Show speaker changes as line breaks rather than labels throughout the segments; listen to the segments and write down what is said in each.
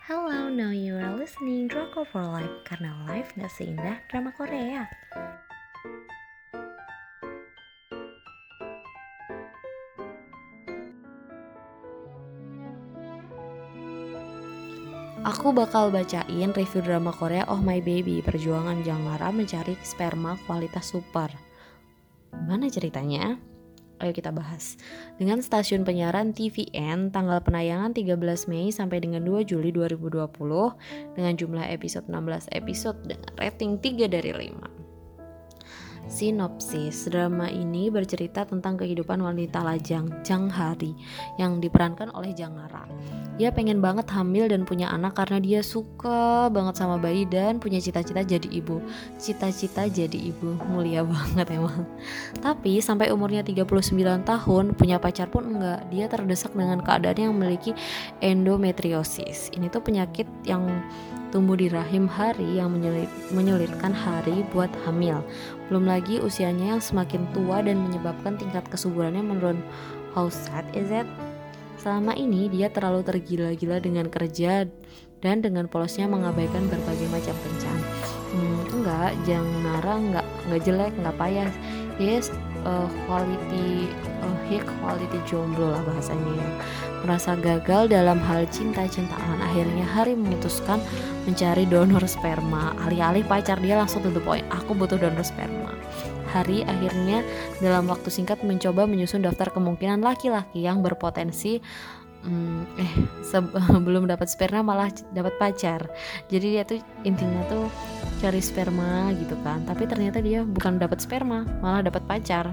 Hello, now you are listening Drama for Life karena life gak seindah drama Korea. Aku bakal bacain review drama Korea Oh My Baby, perjuangan Jang Lara mencari sperma kualitas super. Gimana ceritanya? Ayo kita bahas. Dengan stasiun penyiaran TVN, tanggal penayangan 13 Mei sampai dengan 2 Juli 2020 dengan jumlah episode 16 episode dengan rating 3 dari 5. Sinopsis drama ini bercerita tentang kehidupan wanita lajang Jang Hari yang diperankan oleh Jang Lara. Dia pengen banget hamil dan punya anak karena dia suka banget sama bayi dan punya cita-cita jadi ibu. Cita-cita jadi ibu mulia banget emang. Tapi sampai umurnya 39 tahun punya pacar pun enggak. Dia terdesak dengan keadaan yang memiliki endometriosis. Ini tuh penyakit yang tumbuh di rahim Hari yang menyulitkan Hari buat hamil. Belum lagi usianya yang semakin tua dan menyebabkan tingkat kesuburannya menurun. How sad is it? Selama ini dia terlalu tergila-gila dengan kerja dan dengan polosnya mengabaikan berbagai macam kencan. Enggak, Jang Nara enggak jelek, enggak payah. Yes, high quality jomblo lah bahasanya ya. Merasa gagal dalam hal cinta-cintaan, akhirnya Hari memutuskan mencari donor sperma. Alih-alih pacar, dia langsung to the point, aku butuh donor sperma. Hari akhirnya dalam waktu singkat mencoba menyusun daftar kemungkinan laki-laki yang berpotensi belum dapat sperma malah dapat pacar. Jadi dia tuh intinya tuh cari sperma gitu kan, tapi ternyata dia bukan dapat sperma, malah dapat pacar.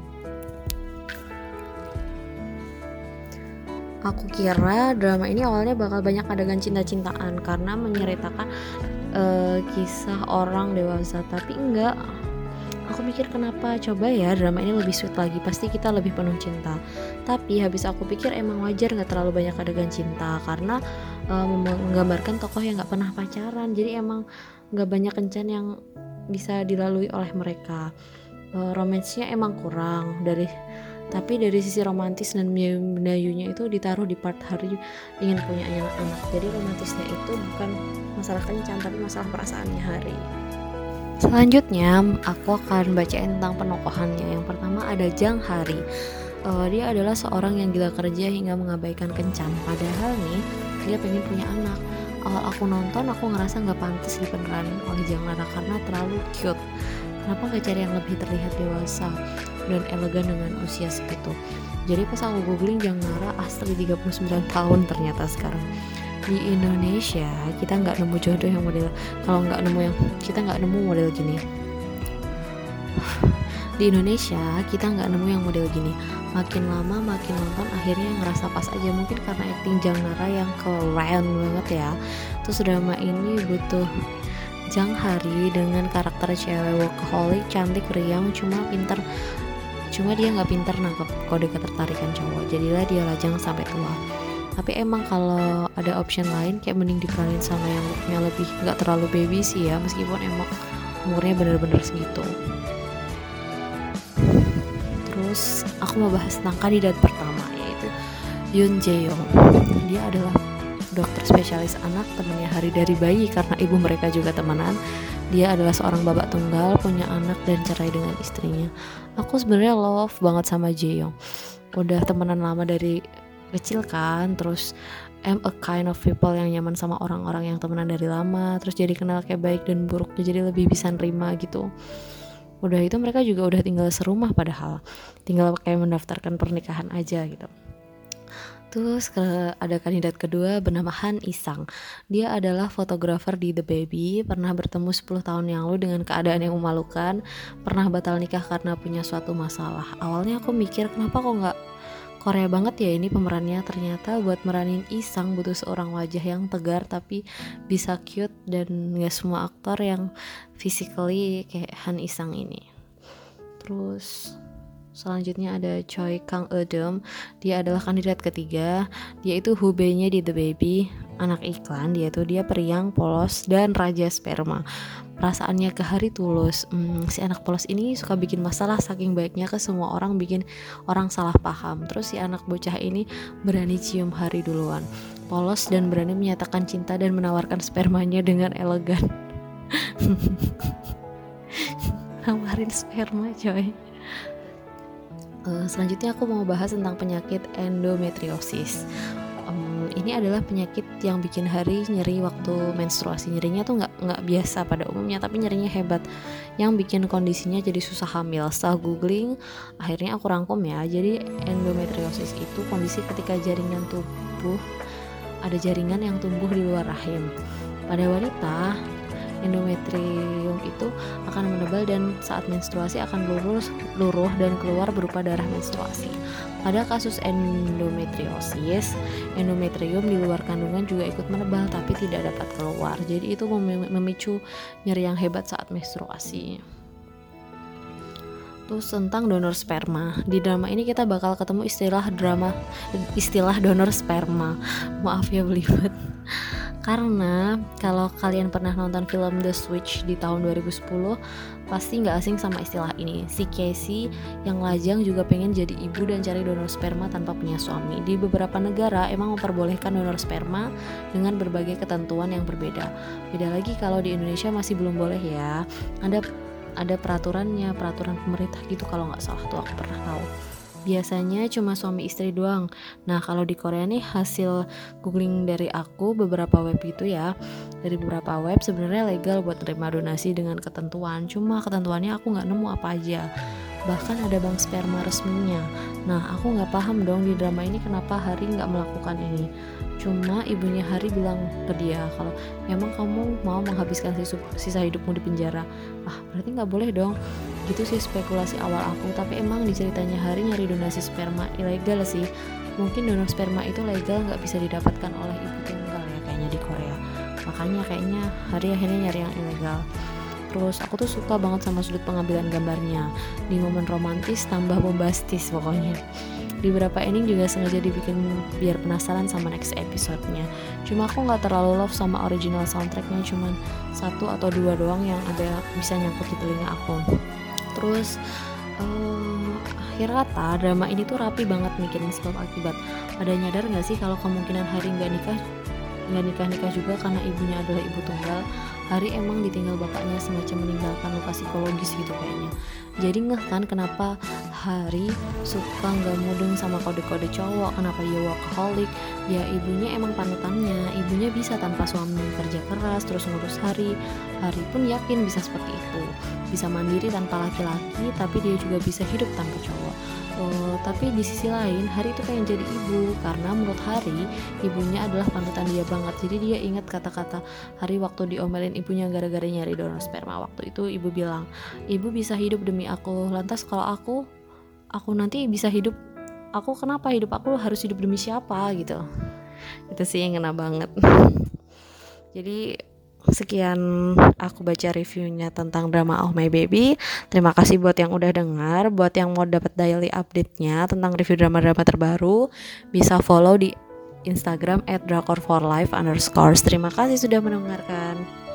Aku kira drama ini awalnya bakal banyak adegan cinta-cintaan karena menceritakan kisah orang dewasa, tapi enggak. Aku mikir kenapa coba ya drama ini lebih sweet lagi, pasti kita lebih penuh cinta. Tapi habis aku pikir emang wajar gak terlalu banyak adegan cinta karena menggambarkan tokoh yang gak pernah pacaran. Jadi emang gak banyak kencan yang bisa dilalui oleh mereka. Romansnya emang kurang tapi dari sisi romantis dan mendayunya itu ditaruh di part Hari ingin punya anak. Jadi romantisnya itu bukan masalah kencan tapi masalah perasaannya Hari. Selanjutnya aku akan bacain tentang penokohannya. Yang pertama ada Jang Hari. Dia adalah seorang yang gila kerja hingga mengabaikan kencan. Padahal nih dia pengen punya anak. Awal aku nonton aku ngerasa gak pantas diperanin oleh Jang Lara karena terlalu cute. Kenapa gak cari yang lebih terlihat dewasa dan elegan dengan usia segitu? Jadi pas aku googling Jang Lara asli 39 tahun ternyata sekarang. Di Indonesia kita nggak nemu jodoh yang model, kalau nggak nemu yang kita nggak nemu model gini. Di Indonesia kita nggak nemu yang model gini. Makin lama makin nonton akhirnya ngerasa pas aja, mungkin karena acting Jang Lara yang keren banget ya. Terus drama ini butuh Jang Hari dengan karakter cewek workaholic, cantik, riang, cuma dia nggak pintar nangkep kode ketertarikan cowok. Jadilah dia lajang sampai tua. Tapi emang kalau ada option lain kayak mending diperanin sama yang looknya lebih gak terlalu baby sih ya, meskipun emang umurnya bener-bener segitu. Terus aku mau bahas tentang kandidat pertama, yaitu Yoon Jae-young. Dia adalah dokter spesialis anak, temannya Hari dari bayi karena ibu mereka juga temenan. Dia adalah seorang babak tunggal, punya anak dan cerai dengan istrinya. Aku sebenarnya love banget sama Jae-young. Udah temenan lama dari kecil kan, terus I'm a kind of people yang nyaman sama orang-orang yang temenan dari lama, terus jadi kenal kayak baik dan buruk, jadi lebih bisa nerima gitu. Udah itu mereka juga udah tinggal serumah, padahal tinggal kayak mendaftarkan pernikahan aja gitu. Terus ada kandidat kedua bernama Han Isang. Dia adalah fotografer di The Baby, pernah bertemu 10 tahun yang lalu dengan keadaan yang memalukan, pernah batal nikah karena punya suatu masalah. Awalnya aku mikir kenapa kok gak Korea banget ya ini pemerannya. Ternyata buat meranin Isang butuh seorang wajah yang tegar tapi bisa cute, dan gak semua aktor yang physically kayak Han Isang ini. Terus selanjutnya ada Choi Kang Eudem. Dia adalah kandidat ketiga. Dia itu hubenya di The Baby, anak iklan. Dia periang, polos, dan raja sperma. Perasaannya ke Hari tulus. Si anak polos ini suka bikin masalah, saking baiknya ke semua orang, bikin orang salah paham. Terus si anak bocah ini berani cium Hari duluan. polos dan berani menyatakan cinta dan menawarkan spermanya dengan elegan. Nawarin sperma coy. Selanjutnya aku mau bahas tentang penyakit endometriosis. Ini adalah penyakit yang bikin Hari nyeri waktu menstruasi. Nyerinya tuh nggak biasa pada umumnya, tapi nyerinya hebat, yang bikin kondisinya jadi susah hamil. Setelah googling, akhirnya aku rangkum ya. Jadi endometriosis itu kondisi ketika ada jaringan yang tumbuh di luar rahim. Pada wanita, endometrium itu akan menebal dan saat menstruasi akan luruh dan keluar berupa darah menstruasi. Pada kasus endometriosis, endometrium di luar kandungan juga ikut menebal tapi tidak dapat keluar. Jadi itu memicu nyeri yang hebat saat menstruasi. Terus tentang donor sperma. Di drama ini kita bakal ketemu istilah donor sperma. Maaf ya belibet. Karena kalau kalian pernah nonton film The Switch di tahun 2010, pasti nggak asing sama istilah ini. Si Casey yang lajang juga pengen jadi ibu dan cari donor sperma tanpa punya suami. Di beberapa negara emang memperbolehkan donor sperma dengan berbagai ketentuan yang berbeda. Beda lagi kalau di Indonesia masih belum boleh ya. Ada peraturan pemerintah gitu kalau nggak salah tuh, aku pernah tahu. Biasanya cuma suami istri doang. Nah kalau di Korea nih, hasil googling dari aku beberapa web gitu ya, dari beberapa web sebenarnya legal buat terima donasi dengan ketentuan. Cuma ketentuannya aku nggak nemu apa aja. Bahkan ada bank sperma resminya. Nah aku nggak paham dong di drama ini kenapa Hari nggak melakukan ini. Cuma ibunya Hari bilang ke dia kalau memang kamu mau menghabiskan sisa hidupmu di penjara. Berarti nggak boleh dong. Gitu sih spekulasi awal aku. Tapi emang di ceritanya Hari nyari donasi sperma ilegal sih. Mungkin donor sperma itu legal, nggak bisa didapatkan oleh ibu tunggal ya kayaknya di Korea. Makanya kayaknya Hari akhirnya nyari yang ilegal. Terus aku tuh suka banget sama sudut pengambilan gambarnya. Di momen romantis tambah bombastis pokoknya. Di beberapa ending juga sengaja dibikin biar penasaran sama next episode-nya. Cuma aku gak terlalu love sama original soundtrack-nya, cuman 1 atau 2 doang yang ada bisa nyangkut di telinga aku. Terus akhir kata drama ini tuh rapi banget mikirin sebab akibat. Pada nyadar gak sih kalau kemungkinan Hari gak nikah juga karena ibunya adalah ibu tunggal. Hari emang ditinggal bapaknya semacam meninggalkan luka psikologis gitu kayaknya. Jadi ngeh kan kenapa Hari suka gak mudeng sama kode-kode cowok, kenapa dia workaholic. Ya ibunya emang panutannya, ibunya bisa tanpa suami kerja keras terus ngurus Hari. Hari pun yakin bisa seperti itu, bisa mandiri tanpa laki-laki, tapi dia juga bisa hidup tanpa cowok. Tapi di sisi lain Hari itu pengen jadi ibu karena menurut Hari ibunya adalah panutan dia banget. Jadi dia ingat kata-kata Hari waktu diomelin ibunya gara-gara nyari donor sperma. Waktu itu ibu bilang, ibu bisa hidup demi aku, lantas kalau aku nanti bisa hidup, kenapa hidup aku harus hidup demi siapa gitu. Itu sih yang ngena banget. Jadi sekian aku baca reviewnya tentang drama Oh My Baby. Terima kasih buat yang udah dengar. Buat yang mau dapat daily update-nya tentang review drama-drama terbaru, bisa follow di Instagram @drakor4life_. Terima kasih sudah mendengarkan.